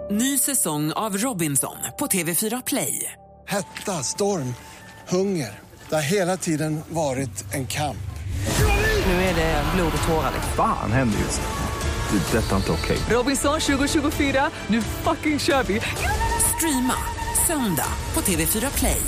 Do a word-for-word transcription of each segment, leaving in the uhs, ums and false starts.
Ny säsong av Robinson på T V fyra Play. Hetta, storm, hunger. Det har hela tiden varit en kamp. Nu är det blod och tårar. Fan händer just det. Det är detta inte okej. Robinson tjugo tjugofyra, nu fucking kör vi. Streama söndag på T V fyra Play.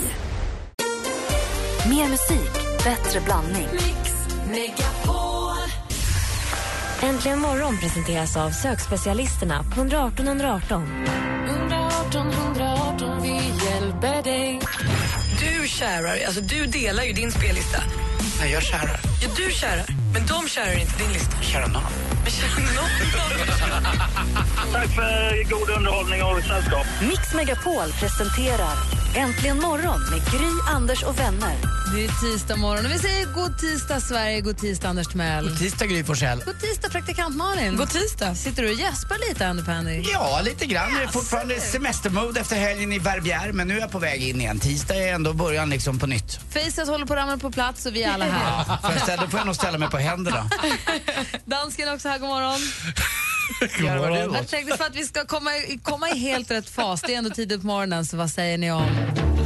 Mer musik, bättre blandning. Mix Megapol. Äntligen morgon presenteras av sökspecialisterna på ett ett ett ett ett ett. ett ett ett ett ett, vi hjälper dig. Du kärar, alltså du delar ju din spellista. Nej, jag kärar. Ja, du kärar, men de kärar inte din lista. Kärar någon. Men kärar någon. Tack för god underhållning och sällskap. Mix Megapol presenterar Äntligen morgon med Gry, Anders och vänner. Det är tisdag morgon och vi säger god tisdag Sverige, god tisdag Anders Timell. God tisdag Gry Forssell. God tisdag praktikant Malin. God tisdag. Sitter du och gäspar lite, Andy Pandy? Ja, lite grann. Det är fortfarande semestermode efter helgen i Verbier, men nu är jag på väg in igen. Tisdag är ändå början liksom på nytt. Facet håller på att ramla på plats och vi är alla här. Ja, för ställa, då får jag nog ställa mig på händerna. Dansken är också här, god morgon. God morgon. Jag tänkte för att vi ska komma, komma i helt rätt fas. Det är ändå tidigt på morgonen, så vad säger ni om?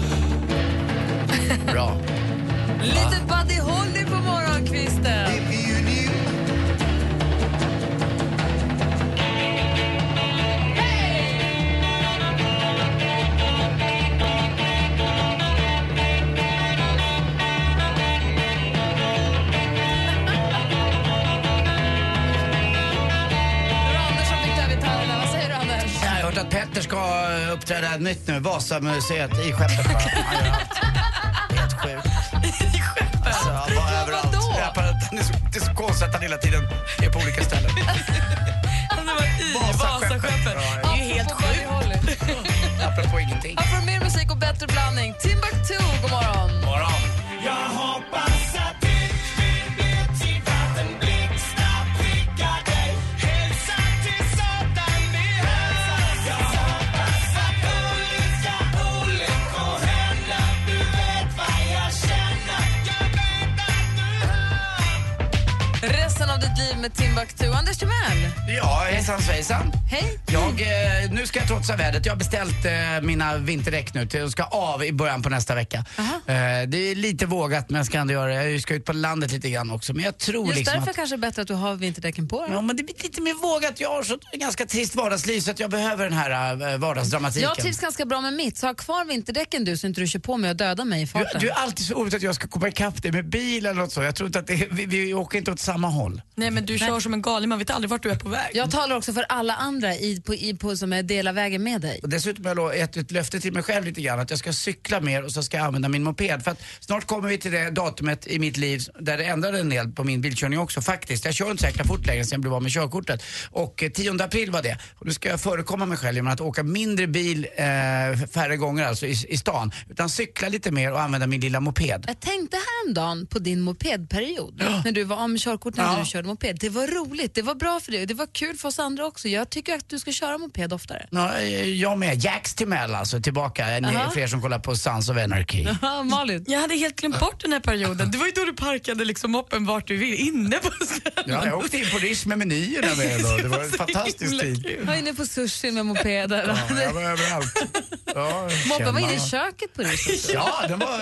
Bra. Lite Buddy Holly på morgonkvisten. Att Petter ska uppträda nytt nu, Vasamuseet i skeppet. Han har haft helt sjukt. I skeppet? Alltså, han var överallt. Det är, så, det är så konstigt att han hela tiden är på olika ställen. Han var i Vasaskeppet. Det är ju helt sjukt. Apropå ingenting. Här får mer musik och bättre blandning. Timbuktu, god morgon. God morgon. Jag hoppas att du vill bli till vatten blixtar prickar dig. Hälsa till Satan vi hörs. Jag hoppas att olycka, olyckor händer. Du vet vad jag känner. Jag vet att du hör. Resten av ditt liv med Timbuktu. Anders Timell. Ja, hejsan svejsan. Hej. Jag, eh, nu ska jag trotsa vädret. Jag har beställt eh, mina vinterdäck nu. Till, de ska av i början på nästa vecka. Eh, det är lite vågat, men jag ska ändå göra det. Jag ska ut på landet lite grann också. Men jag tror Just liksom därför att... kanske det är bättre att du har vinterdäcken på dig. Ja, men det blir lite mer vågat. Jag har så ett ganska trist vardagsliv så att jag behöver den här äh, vardagsdramatiken. Jag trivs ganska bra med mitt, så ha kvar vinterdäcken du så inte du kör på mig och döda mig i farten. Du, du är alltid så orolig att jag ska komma ikapp dig med bil eller något så. Jag tror inte att det, vi, vi åker inte åt samma håll. Nej, men du kör som en galning, man vet aldrig vart du är på väg. Jag talar också för alla andra i, på, i, på, som är delar vägen med dig. Och dessutom har jag gett ett löfte till mig själv lite grann att jag ska cykla mer och så ska jag använda min moped. För att snart kommer vi till det datumet i mitt liv där det ändrade en del på min bilkörning också faktiskt. Jag kör inte säkert fort längre sen jag blev av med körkortet. Och eh, tionde april var det. Och nu ska jag förekomma mig själv genom att åka mindre bil eh, färre gånger alltså i, i stan. Utan cykla lite mer och använda min lilla moped. Jag tänkte häromdagen på din mopedperiod. Ja. När du var av med körkortet när Ja. du körde moped. Det var roligt, det var bra för dig och det var kul för oss andra också. Jag tycker att du ska köra moped oftare. Ja, jag med. Jax Timell alltså tillbaka. Ni, för er som kollar på Sons of Anarchy. Ja, Malin. Jag hade helt glömt bort den här perioden. Det var ju då du parkade liksom moppen vart du vill, inne på ställen. Ja, jag åkte in på Rish med menyerna med då. Det var en fantastisk tid. Jag var inne på sushi med mopeder. Ja, jag var överallt. Ja, Moppen var inne i känna. köket på det. Ja, den var...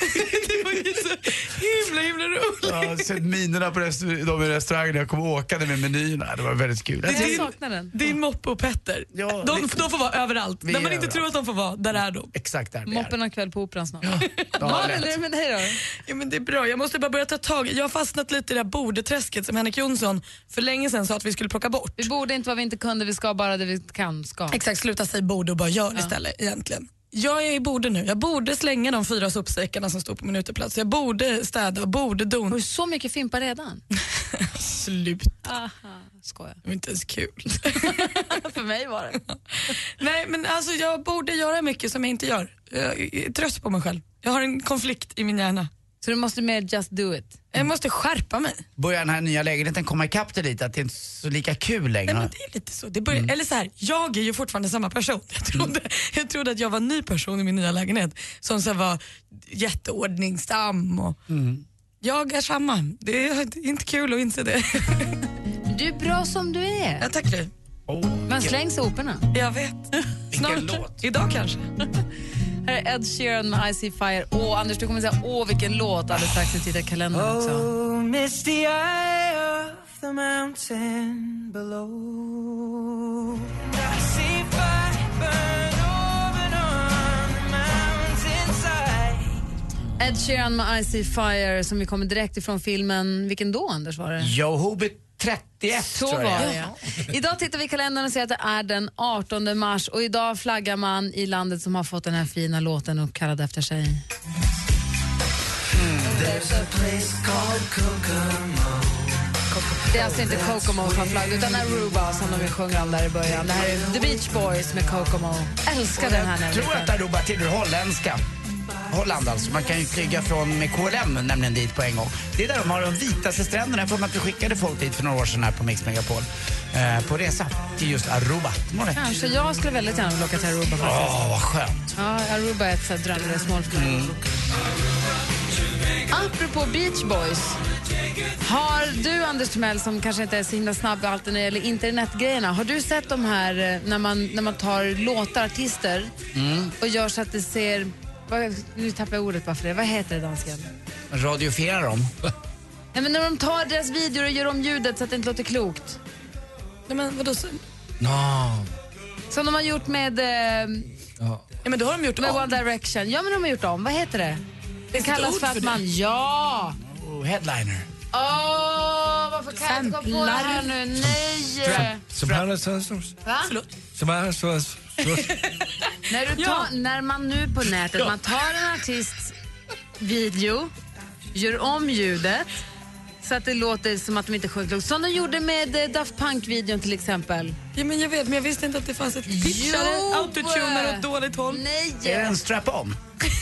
Det var ju så himla, himla roligt. Jag har sett minerna på restaur- de i restaurangen jag kom åkande med menyerna. Det var väldigt kul. Jag Din- saknar den. Din moppe och Petter, Ja, de, vi- de får vara överallt. Vi Där är man inte överallt. tror att de får vara, där är de. Exakt där det är. Moppen har kväll på Operan snart. Ja, Malin, lätt. hur är det med dig då? Ja, men det är bra. Jag måste bara börja ta tag. Jag har fastnat lite i det där bordeträsket som Henrik Jonsson för länge sedan sa att vi skulle plocka bort. Vi borde inte vad vi inte kunde, vi ska bara det vi kan ska. Exakt, sluta säga borde och bara gör det istället egentligen. Jag är i borde nu. Jag borde slänga de fyra sopsäckarna som står på min uteplats. Jag borde städa och borde dona. Har du så mycket fimpar redan? Slut. Aha, skojar. Det var inte ens kul. För mig var det. Nej, men alltså jag borde göra mycket som jag inte gör. Jag är trött på mig själv. Jag har en konflikt i min hjärna. Så du måste mer just do it. Jag måste skärpa mig. Börjar den här nya lägenheten komma ikapp det lite, att det är inte så lika kul längre? Nej, men det är lite så. Det börjar, mm. Eller så här, jag är ju fortfarande samma person. Jag trodde, mm. jag trodde att jag var en ny person i min nya lägenhet. Som så var jätteordningsam. Och mm. Jag är samma. Det är inte kul att inse det. Du är bra som du är. Ja, tack du. Oh, Man slängs i operna. Jag vet. Snart. låt. Idag kanske. Här är Ed Sheeran med I See Fire. Åh, Anders, du kommer säga åh vilken låt alldeles strax. Jag tittar i kalendern också. Oh, misty eye of the mountain below. I see fire burn over on the mountainside. Ed Sheeran med I See Fire som vi kommer direkt ifrån filmen. Vilken då, Anders, var det? Joe Hobbit trettioett, Så tror jag. var det, ja. Idag tittar vi i kalendern och ser att det är den artonde mars och idag flaggar man i landet som har fått den här fina låten uppkallad efter sig. There's a place called Kokomo. Det är alltså inte Kokomo som har flagg utan Aruba som de sjunger om där i början. Det här är The Beach Boys med Kokomo. Älskar den här Jag tror att Aruba tillhör holländska. Holland alltså. Man kan ju flyga från med K L M nämligen dit på en gång. Det är där de har de vitaste stränderna. För att vi skickade folk dit för några år sedan här på Mix Megapol. Eh, på resa till just Aruba. Kanske jag skulle väldigt gärna vilja åka till Aruba faktiskt. Åh, vad skönt. Ja, Aruba är ett sånt drömresmål för mig. Mm. Apropå Beach Boys. Har du, Anders Timell, som kanske inte är så himla snabb alltid när det gäller internetgrejerna, har du sett de här när man, när man tar låtar, artister mm. och gör så att det ser... Nu tappar jag ordet bara för det. Vad heter det, dansken? Radiofiera dem. Nej, men när de tar deras videor och gör om ljudet så att det inte låter klokt. Nej, men vadå så? No. Som de har gjort med... Eh, ja. ja, men då har de gjort med om. One Direction. Ja, men de har gjort om. Vad heter det? Det, det kallas för att för man... Det. Ja! Oh, headliner. Åh, oh, varför kan jag inte komma på det här nu? Nej! Som här så... Va? Förlåt? Som här så... när, du tar, ja. när man nu på nätet, ja. man tar en artists video, gör om ljudet så att det låter som att de inte sjunger klokt. Som de gjorde med Daft Punk-videon till exempel. Ja, men jag vet, men jag visste inte att det fanns ett pitchare, autotuner åt dåligt håll. Nej! Är det en strap-on?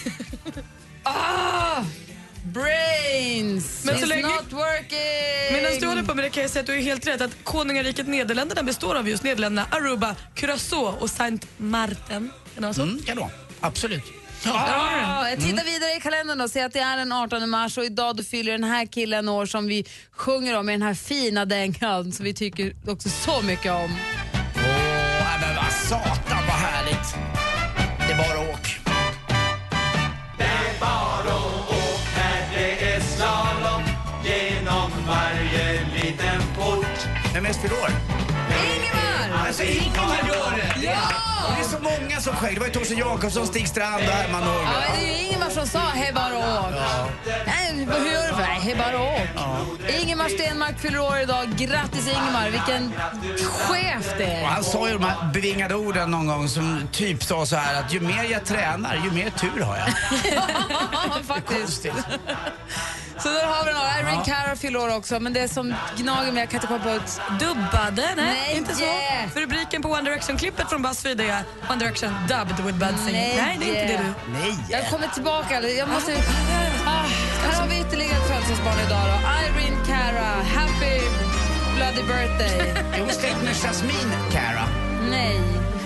Ah! Brains! Men It's så länge, not working! medan du håller på med det kan jag säga att du är helt rätt att konungariket Nederländerna består av just Nederländerna, Aruba, Curaçao och Saint Martin. Kan det mm, kan det absolut. Ah, jag tittar vidare i kalendern och ser att det är den artonde mars och idag då fyller den här killen år som vi sjunger om i den här fina dängan som vi tycker också så mycket om. Åh, oh, men vad satan, vad härligt. Det är bara åk. Det är bara åk när det är slalom genom varje liten port. Vem är spelår? Ingemar! Alltså Ingemar gör det! Ja! Och det är så många som sjöng. Det var ju Torsten Jakobsson, Stig Strand och Herman Norge. Ja, men det är ju Ingemar som sa hej bara åk. Ja. Nej, hur gör du för? Hej bara åk. Ja. Ingemar Stenmark fyller år idag. Grattis Ingemar, vilken chef det är. Och han sa ju de här bevingade orden någon gång som typ sa så här att ju mer jag tränar, ju mer tur har jag. Ja, faktiskt. Så där har vi den här. Irene Cara fyller år också, men det som gnager med jag kan inte komma på ett... Dubbade? Nej, Nej inte så. yeah. För rubriken på One Direction-klippet från BuzzFeed är One Direction dubbed with bad singing. Nej, Nej, det är inte det du. Nej. Jag kommer tillbaka. Jag måste... Ah, här har vi ytterligare ett födelsedagsbarn idag då. Irene Cara. Happy bloody birthday. Är hon släkt med Jasmine Cara? Nej.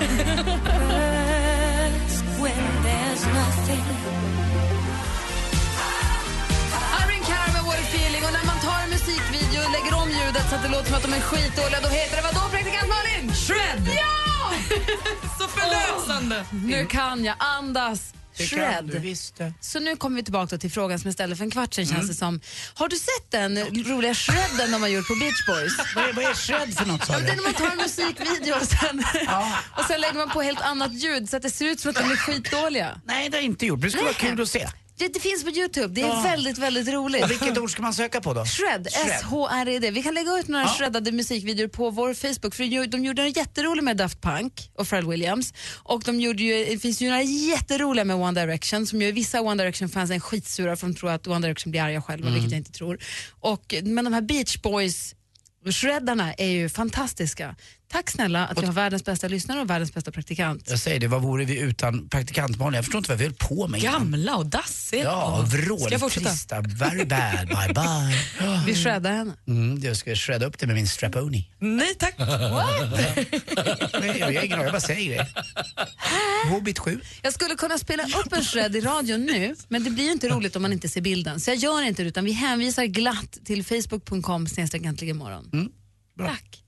Irene Cara med What a feeling. Och när man tar en musikvideo och lägger om ljudet så att det låter som att de är skitdåliga, då heter det vad då, praktikant Malin? Shred! Ja! Så förlösande. Oh, nu kan jag andas. Det kan Shred. du visst. Så nu kommer vi tillbaka till frågan som jag ställde för en kvart sedan, mm. känns det som. Har du sett den roliga shredden de har gjort på Beach Boys? Vad är, vad är shred för något? Ja, det är när man tar en musikvideo och sen, ja. och sen lägger man på helt annat ljud så att det ser ut som att de är skitdåliga. Nej, det har jag inte gjort. Det skulle vara kul att se. Det, det finns på YouTube. Det är ja. väldigt, väldigt roligt. Och vilket ord ska man söka på då? Shred, S H R E D. Vi kan lägga ut några ja. shreddade musikvideor på vår Facebook. För de gjorde en jätterolig med Daft Punk och Pharrell Williams. Och de gjorde ju, det finns ju några jätteroliga med One Direction som gör vissa One Direction-fans en skitsura för de tror att One Direction blir arga själva, mm. vilket jag inte tror. Och, men de här Beach Boys shreddarna är ju fantastiska. Tack snälla att vi har världens bästa lyssnare och världens bästa praktikant. Jag säger det, vad vore vi utan praktikantmål? Jag förstår inte vad vi höll på med. Gamla och dassiga. Ja, vråligt, trista, very bad, bye bye. Vi shreddar henne. Mm, jag ska shredda upp det med min straponi. Nej tack. What? Nej, jag är ingen jag bara säger det. Hobbit sju. Jag skulle kunna spela upp en shred i radion nu, men det blir ju inte roligt om man inte ser bilden. Så jag gör inte det, utan vi hänvisar glatt till facebook punkt com snedstreck äntligen morgon. Mm, tack.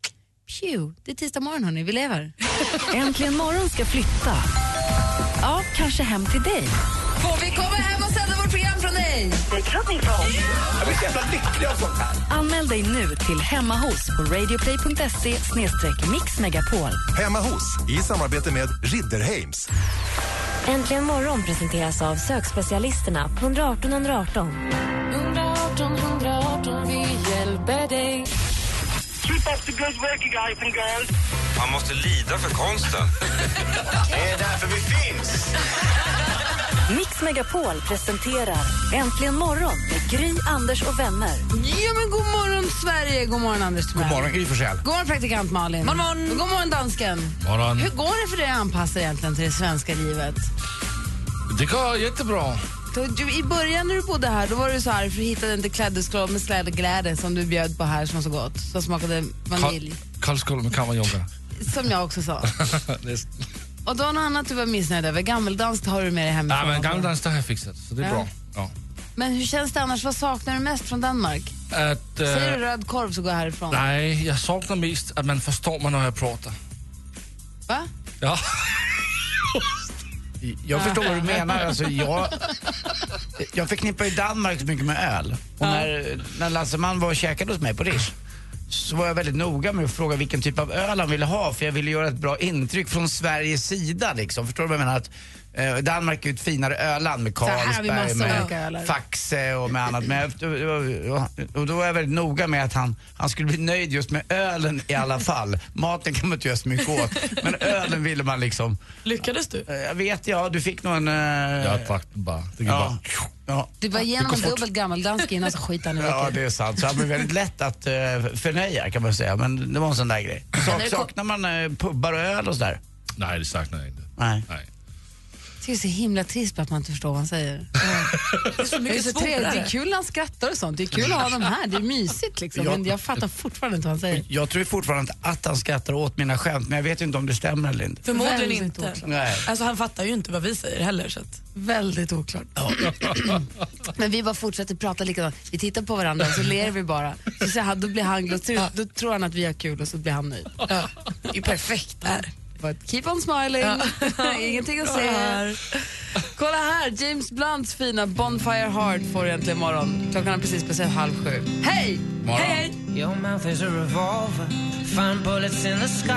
Phew, det är tisdag morgon hörni, vi lever. Äntligen morgon ska flytta. Ja, kanske hem till dig. Får vi komma hem och sända vårt program från dig? Det tror ni på. Jag blir så jävla lycklig av sånt här. Anmäl dig nu till Hemma hos på radioplay punkt se slash mixmegapol. Hemma hos i samarbete med Ridderheims. Äntligen morgon presenteras av sökspecialisterna på ett ett åtta ett ett åtta. ett ett åtta ett ett åtta, vi hjälper dig. Keep up the good work, you guys and girls. Man måste lida för konsten. Det är därför vi finns. Mix Megapol presenterar Äntligen morgon med Gry, Anders och vänner. Ja men god morgon Sverige, god morgon Anders Timell. God morgon Gry Forssell. God morgon praktikant Malin. God morgon. God morgon dansken. Morgon. Hur går det för dig att anpassa egentligen till det svenska livet? Det går jättebra. Du, i början när du bodde här, då var du så här för att hitta den till klädesklov med slädglädje som du bjöd på här som var så gott. Som smakade vanilj. Kallskål med kammarjogga. Som jag också sa. Och då har något annat du var missnöjd över. Gammeldans har du med dig hemifrån. Ja, men gammeldans det har jag fixat, så det är ja. bra. Ja. Men hur känns det annars? Vad saknar du mest från Danmark? Att, äh, Säger du röd korv så går jag härifrån. Nej, jag saknar mest att man förstår mig när jag pratar. Va? Ja. Jag förstår vad du menar. Alltså, jag, jag förknippar ju Danmark så mycket med öl. Och när, när Lasseman var och käkade hos mig på Rish, så var jag väldigt noga med att fråga vilken typ av öl han ville ha, för jag ville göra ett bra intryck från Sveriges sida liksom. Förstår du vad jag menar? Att eh, Danmark är ett finare öland med Carlsberg, med Faxe och med annat. Men, och, och då var jag väldigt noga med att han, han skulle bli nöjd just med ölen i alla fall. Maten kan man inte göra så mycket åt, men ölen ville man liksom. Lyckades du? Eh, jag vet, ja, du fick någon... Eh, jag drack bara. Det gick ja. bara. Ja. Du var igenom en dubbel gammaldansk innan så skit han i Ja, det är sant. Så han blev väldigt lätt att uh, förnöja kan man säga. Men det var en sån där grej. Sak, saknar man uh, pubbar och öl och sådär? Nej, det saknar jag inte. Nej. Nej. Det är så himla trist att man inte förstår vad han säger. Ja. Det är så mycket det är så trevligt. Det är kul när han skrattar och sånt. Det är kul att ha dem här. Det är mysigt liksom. Men jag fattar fortfarande inte vad han säger. Jag tror fortfarande att han skrattar åt mina skämt, men jag vet inte om det stämmer eller inte. Förmodligen Väldigt inte. oklart. Nej. Alltså han fattar ju inte vad vi säger heller. Så att... Väldigt oklart. Ja. Men vi bara fortsätter prata likadant. Vi tittar på varandra och så ler vi bara. Så säger han, då blir han glad. Ja. Då tror han att vi har kul och så blir han nöjd. Ja. Det är perfekt där. But keep on smiling. Ja. Ingenting att se här. Kolla här, James Blunts fina Bonfire Heart får egentligen imorgon. Klockan är precis precis halv sju. Hej! Morgon. Hej, hej! Your mouth is a revolver. Find bullets in the sky.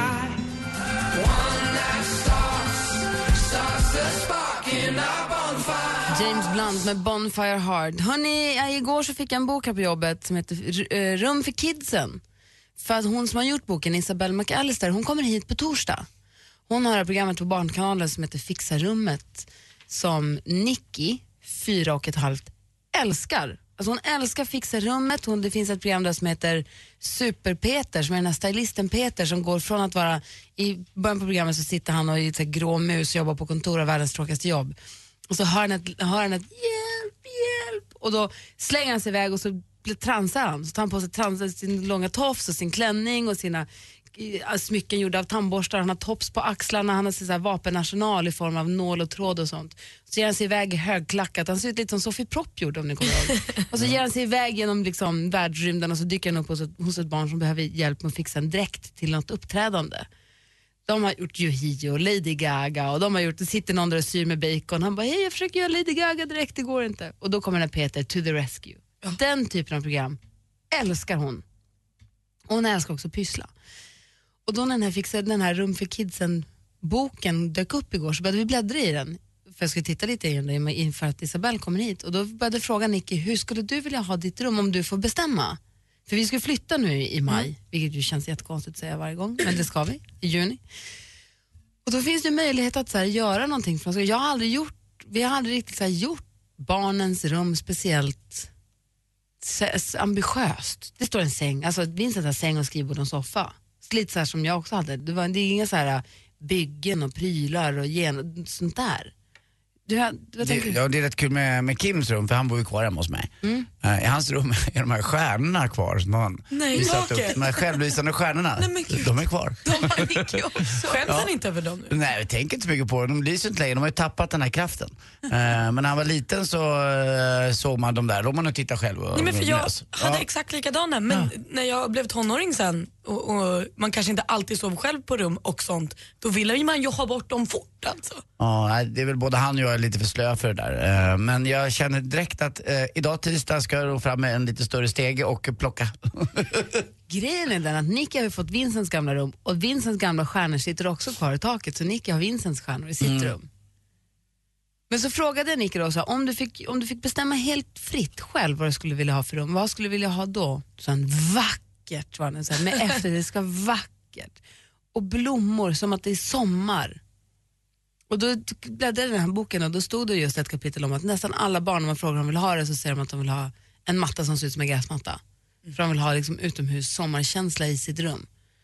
One that starts, starts the spark in our bonfire. James Blunt med Bonfire Heart. Hörrni, igår så fick jag en bok här på jobbet som heter uh, Rum för kidsen. För att hon som har gjort boken, Isabelle McAllister, hon kommer hit på torsdag. Hon har ett programmet på Barnkanalen som heter Fixa rummet, som Nicky, fyra och ett halvt, älskar. Alltså hon älskar Fixa rummet. Hon, det finns ett program där som heter Super-Peter, som är den här stylisten Peter som går från att vara, i början på programmet så sitter han och är ett grå mus och jobbar på kontor av världens tråkigaste jobb. Och så hör han ett, hör han ett hjälp, hjälp. Och då slänger han sig iväg och så transar han. Så tar han på sig trans, sin långa tofs och sin klänning och sina smycken gjorda av tandborstar. Han har tops på axlarna, han har så här vapenarsenal i form av nål och tråd och sånt. Så ger han sig iväg högklackat. Han ser ut lite som Sofie Propp gjorde, om ni kommer ihåg. Och så ger han sig iväg genom liksom världsrymden och så dyker han upp hos ett, hos ett barn som behöver hjälp med att fixa en dräkt till något uppträdande. De har gjort Yohio och Lady Gaga och de har gjort, det sitter någon där och syr med bacon. Han bara, hej jag försöker göra Lady Gaga direkt, det går inte. Och då kommer den här Peter to the rescue. Ja. Den typen av program älskar hon. Och hon älskar också pyssla. Och då när den här, fixade, den här Rum för kidsen boken dök upp igår så började vi bläddra i den. För jag skulle titta lite i den inför att Isabelle kommer hit. Och då började fråga Nicky, hur skulle du vilja ha ditt rum om du får bestämma? För vi ska flytta nu i maj, mm. vilket ju känns jättekonstigt att säga varje gång, men det ska vi, i juni. Och då finns det möjlighet att så här, göra någonting för oss. Jag har aldrig gjort, vi har aldrig riktigt så här, gjort barnens rum speciellt ambitiöst. Det står en säng, alltså Vincent har säng och skrivbord och en soffa. Lite så här som jag också hade. Det, var, det är inga så här byggen och prylar och gen, sånt där. Du har, vad det, du? Ja, det är rätt kul med, med Kims rum, för han bor ju kvar hemma hos mig. Mm. Uh, I hans rum är de här stjärnorna kvar som han Nej, visat upp. De här självlysande stjärnorna. Nej, de är kvar. De har Nicky också. Skäms han inte över dem nu? Nej, jag tänker inte så mycket på dem. De lyser inte längre, de har ju tappat den här kraften. Uh, men när han var liten så uh, såg man dem där. Då man och titta själv och Nej, men för jag lös. hade ja. exakt likadana, men ja. när jag blev tonåring sen och, och man kanske inte alltid sover själv på rum och sånt, då vill man ju ha bort dem fort alltså. Ja, det är väl både han och jag är lite för slö för det där. Eh, Men jag känner direkt att eh, idag tisdag ska jag ro fram med en lite större stege och plocka. Grejen är den att Nicky har ju fått Vincents gamla rum och Vincents gamla stjärnor sitter också kvar i taket, så Nicky har Vincents stjärnor i sitt Mm. rum. Men så frågade jag Nicky då, så, om, du fick, om du fick bestämma helt fritt själv vad du skulle vilja ha för rum, vad skulle du vilja ha då? Så en vackert, var det, så här, med efter det ska vackert. Och blommor som att det är sommar. Och då bläddrade jag i den här boken och då stod det just ett kapitel om att nästan alla barn, när man frågar om de vill ha det, så säger de att de vill ha en matta som ser ut som en gräsmatta. För de vill ha liksom utomhus sommarkänsla i sitt rum.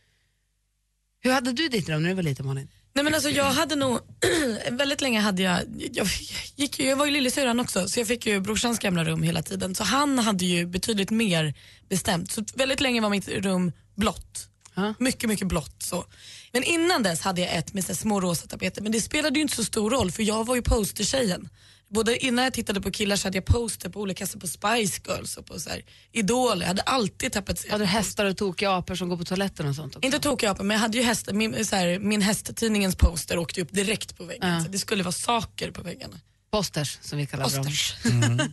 Hur hade du ditt rum när du var liten, Malin? Nej men alltså jag hade nog, väldigt länge hade jag, jag, gick ju, jag var ju lillasyrran också, så jag fick ju brorsans gamla rum hela tiden. Så han hade ju betydligt mer bestämt. Så väldigt länge var mitt rum blått. Ha? Mycket, mycket blått så. Men innan dess hade jag ett med så här små rosa tapeter. Men det spelade ju inte så stor roll för jag var ju postertjejen. Både innan jag tittade på killar så hade jag poster på olika, så på Spice Girls och på så här Idol. Jag hade alltid tapetserat. Hade du hästar och tokiga apor som går på toaletten och sånt också? Inte tokiga apor, men jag hade ju hästar. Min, så här, min hästtidningens poster åkte upp direkt på väggen. Ja. Så det skulle vara saker på väggarna. Posters som vi kallar Posters. dem. Mm.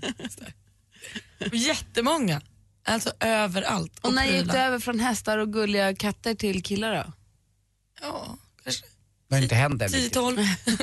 Och jättemånga. Alltså överallt. Och när gick prylar. du över från hästar och gulliga katter till killar då? Ja, kanske Det har inte hänt än. tio tolv.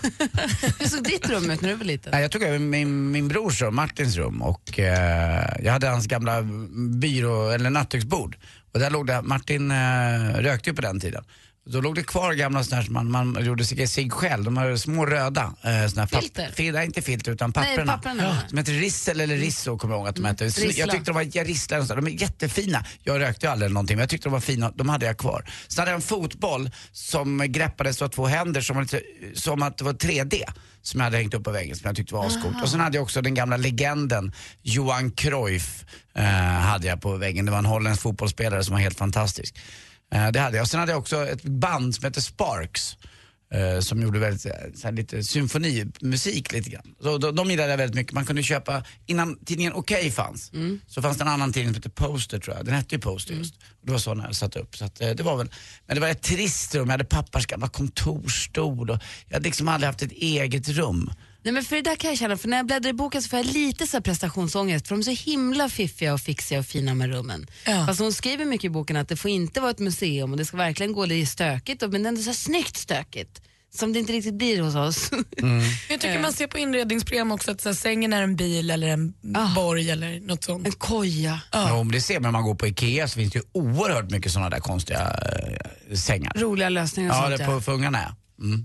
Hur såg ditt rum ut när du var liten? Nej, jag tog över min, min brors rum, Martins rum, och eh, jag hade hans gamla byrå, eller nattduksbord. Och där låg det, Martin eh, rökte ju på den tiden. Då låg det kvar gamla sådana här som man, man gjorde sig, sig själv. De har små röda eh, såna här Filter? Papp, nej, inte filter utan papperna. Nej, papperna. Ja, som heter Rissel eller Risso kommer jag ihåg att de hette. Mm. Jag Rissla. tyckte de var, ja, Rissla och så, de är jättefina. Jag rökte ju aldrig eller någonting, men jag tyckte de var fina. De hade jag kvar. Sen hade jag en fotboll som greppades av två händer som, var lite, som att det var tre D. Som jag hade hängt upp på väggen som jag tyckte var ascoolt. Och sen hade jag också den gamla legenden Johan Cruyff eh, hade jag på väggen. Det var en holländsk fotbollsspelare som var helt fantastisk. Eh, det hade jag. Och sen hade jag också ett band som heter Sparks. Eh, som gjorde väldigt så här, lite symfonimusik lite grann. Så de, de gillade jag väldigt mycket. Man kunde köpa, innan tidningen Okej fanns, mm. så fanns det en annan tidning som hette Poster tror jag. Den hette ju Poster just. Mm. Och det var så när jag satt upp. Så att, eh, det var väl, men det var ett trist rum. Jag hade pappas gamla kontorstol och jag hade liksom aldrig haft ett eget rum. Nej, men för det där kan jag känna, för när jag bläddrar i boken så får jag lite så här prestationsångest, för de är så himla fiffiga och fixiga och fina med rummen. Ja. Fast hon skriver mycket i boken att det får inte vara ett museum och det ska verkligen gå lite stökigt, men ändå så här snyggt stökigt. Som det inte riktigt blir hos oss. Mm. Jag tycker man ser på inredningsprogram också att så här, sängen är en bil eller en Ah. borg eller något sånt. En koja. Ja. Ja, om det ser man, när man går på Ikea så finns det ju oerhört mycket sådana där konstiga eh, sängar. Roliga lösningar och Ja, sånt. det är på, för ungarna ja. Mm.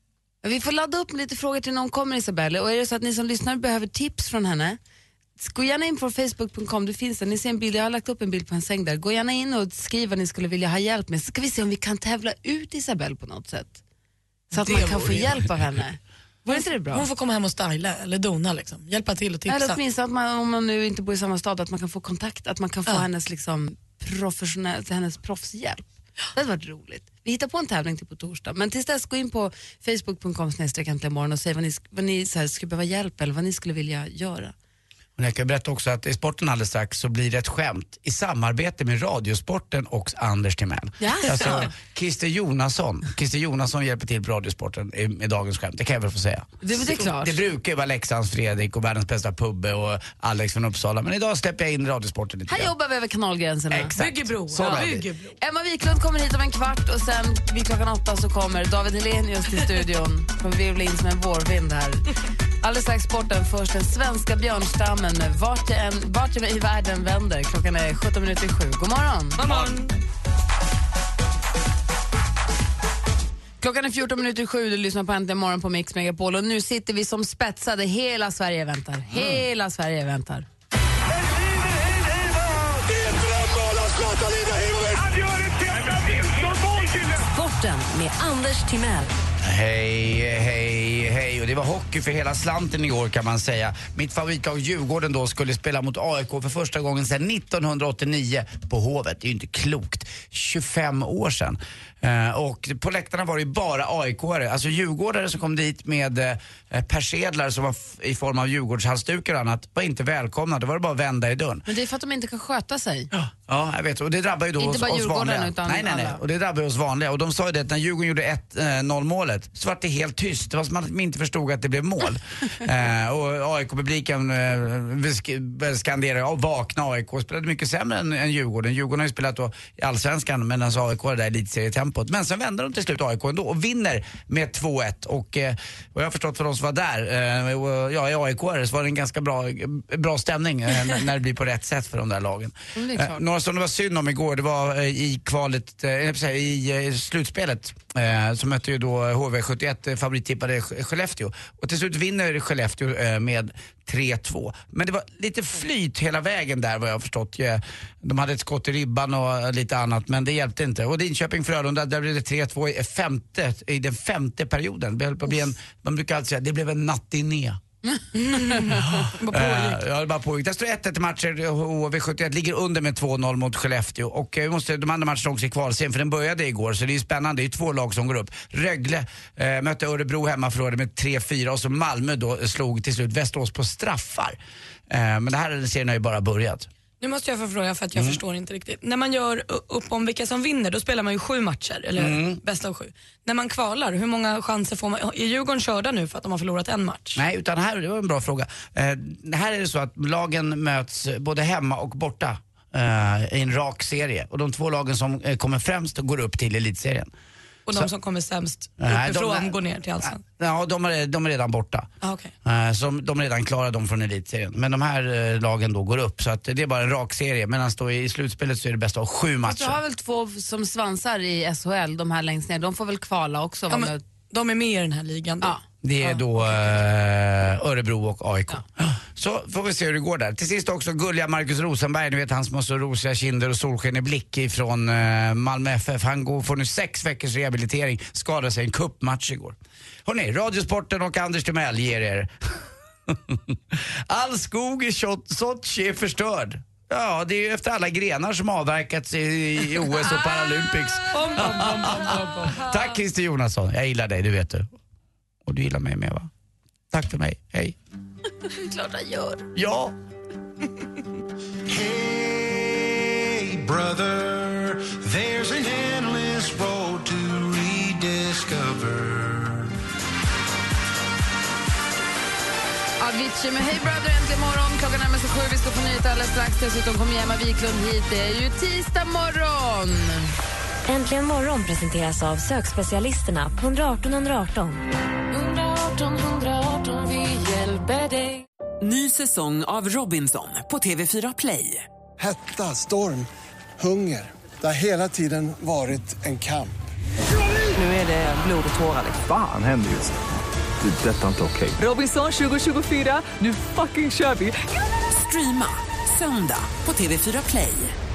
Vi får ladda upp lite frågor till någon kommer, Isabelle. Och är det så att ni som lyssnar behöver tips från henne, gå gärna in på facebook punkt com, det finns det. Ni ser en bild, jag har lagt upp en bild på en säng där. Gå gärna in och skriv vad ni skulle vilja ha hjälp med. Så ska vi se om vi kan tävla ut Isabelle på något sätt. Så att Det man kan få vore ju- hjälp av henne. Var inte det bra? Hon får komma hem och styla eller dona liksom. Hjälpa till och tipsa. Eller åtminstone att man, om man nu inte bor i samma stad, att man kan få kontakt, att man kan få Ja. hennes, liksom, professionell, hennes proffshjälp. Det hade varit roligt. Vi hittar på en tävling till på torsdag. Men tills dess, gå in på facebook punkt com snedstreck äntligen morgon och säg vad ni, vad ni så här, skulle behöva hjälp eller vad ni skulle vilja göra. Men jag kan berätta också att i sporten alldeles strax så blir det ett skämt i samarbete med Radiosporten och Anders Timell. Jaså? Alltså, Christer Jonasson. Christer Jonasson hjälper till på Radiosporten i- med dagens skämt, det kan jag väl få säga. Det, det är klart. Det brukar ju vara Leksands Fredrik och världens bästa pubbe och Alex från Uppsala. Men idag släpper jag in Radiosporten lite Här grann. jobbar vi över kanalgränserna. Exakt. Bygger bro. Så Ja. är det. Bygger bro. Emma Wiklund kommer hit om en kvart och sen vid klockan åtta så kommer David Helenius till studion. Kommer virvla in som en vårvind här. Alldeles strax sporten, först den svenska björnstammen med vart, jag än, vart jag i världen vänder. Klockan är sjutton minuter i sju. God morgon. God morgon. Klockan är fjorton minuter i sju, du lyssnar på Äntligen morgon på Mix Megapol och nu sitter vi som spetsade, hela Sverige väntar. Hela Sverige väntar. Sporten med Anders Timell. Hej, hej, hej. Och det var hockey för hela slanten igår kan man säga. Mitt favoritlag Djurgården då skulle spela mot A I K för första gången sedan nittonhundraåttionio på Hovet. Det är ju inte klokt. tjugofem år sedan. Eh, och på läktarna var det ju bara A I K-are. Alltså djurgårdare som kom dit med eh, persedlar som var f- i form av Djurgårdshalsdukar och annat var inte välkomna. Det var det bara att vända i dörren. Men det är för att de inte kan sköta sig. Ja, Ja, jag vet. Och det drabbar ju då Inte oss, bara oss Djurgården, vanliga. utan nej, nej, nej. alla. Och det drabbar ju oss vanliga. Och de sa ju det att när Djurgården gjorde ett noll målet så var det helt tyst. Det var som att man inte förstod att det blev mål. eh, och A I K-publiken eh, skanderade och vakna A I K spelade mycket sämre än, än Djurgården. Djurgården har ju spelat då i Allsvenskan medan A I K är där elitserietempot. Men sen vänder de till slut A I K ändå och vinner med två ett. Och eh, vad jag har förstått för de som var där, eh, och, ja, i A I K så var det en ganska bra, bra stämning eh, när, när det blir på rätt sätt för de där lagen. Mm, Eh, några som det var synd om igår, det var eh, i kvalet, eh, i eh, slutspelet eh, som mötte ju då H V sjuttioett, eh, favorittippade Sk- Skellefteå. Och till slut vinner Skellefteå eh, med tre två. Men det var lite flyt hela vägen där vad jag har förstått. Eh, de hade ett skott i ribban och eh, lite annat, men det hjälpte inte. Och Linköping-Frölunda, där blev det tre två i, femte, i den femte perioden. Det höll på att bli en, man brukar alltid säga, det blev en nattiné. Mm. Vad Uh, pågick. ja, det bara pågick. Det står ett ett i matcher. H V sjuttioett ligger under med två noll mot Skellefteå. Och uh, vi måste, de andra matcherna också i kvalserien, för den började igår. Så det är spännande. Det är två lag som går upp. Rögle uh, mötte Örebro hemma, förlorade med tre fyra. Och så Malmö då slog till slut Västerås på straffar. Uh, men det här serien har ju bara börjat. Nu måste jag få fråga för att jag Mm. förstår inte riktigt. När man gör upp om vilka som vinner, då spelar man ju sju matcher, eller Mm. bäst av sju. När man kvalar, hur många chanser får man? Är Djurgården körda nu för att de har förlorat en match? Nej, utan här, det var en bra fråga. Uh, här är det så att lagen möts både hemma och borta uh, i en rak serie. Och de två lagen som uh, kommer främst går upp till elitserien. Och de Så- som kommer sämst Nej, uppifrån de- går ner till Allsvenskan? Ja, de är, de är redan borta. Ah, okay. Uh, så de är redan klara de från elitserien. Men de här uh, lagen då går upp. Så att det är bara en rak serie. Medan då i slutspelet så är det bäst av sju Fast du matcher. har väl två som svansar i S H L, de här längst ner. De får väl kvala också. Ja, vara men, med. de är med i den här ligan då? Ja. Det är då uh, Örebro och A I K. Så får vi se hur det går där. Till sist också gulliga Marcus Rosenberg. Ni vet han som har så rosiga kinder och solsken i blick ifrån uh, Malmö F F. Han går, får nu sex veckors rehabilitering. Skadade sig i en cupmatch igår. Hörrni, Radiosporten och Anders Timell ger er. All skog i Sot- Sochi är förstörd. Ja, det är ju efter alla grenar som avverkats i, i O S och Paralympics. Tack Christer Jonasson, jag gillar dig, det vet du. Och du gillar mig med, va? Tack för mig, hej. Klart jag gör. Ja. Hey brother, there's an endless road to rediscover. Avicii med Hey Brother, äntligen morgon. Klockan närmar sig sju, vi ska få nyheter alldeles strax. Dessutom kommer Emma Wiklund hit. Det är ju tisdag morgon. Äntligen morgon presenteras av sökspecialisterna på ett ett åtta ett ett åtta. ett åtta ett åtta, vi hjälper dig. Ny säsong av Robinson på T V fyra Play. Hetta, storm, hunger. Det har hela tiden varit en kamp. Nu är det blod och tårar. Fan händer just det. Det är detta inte okej. Robinson tjugo tjugofyra, nu fucking kör vi. Streama söndag på T V fyra Play.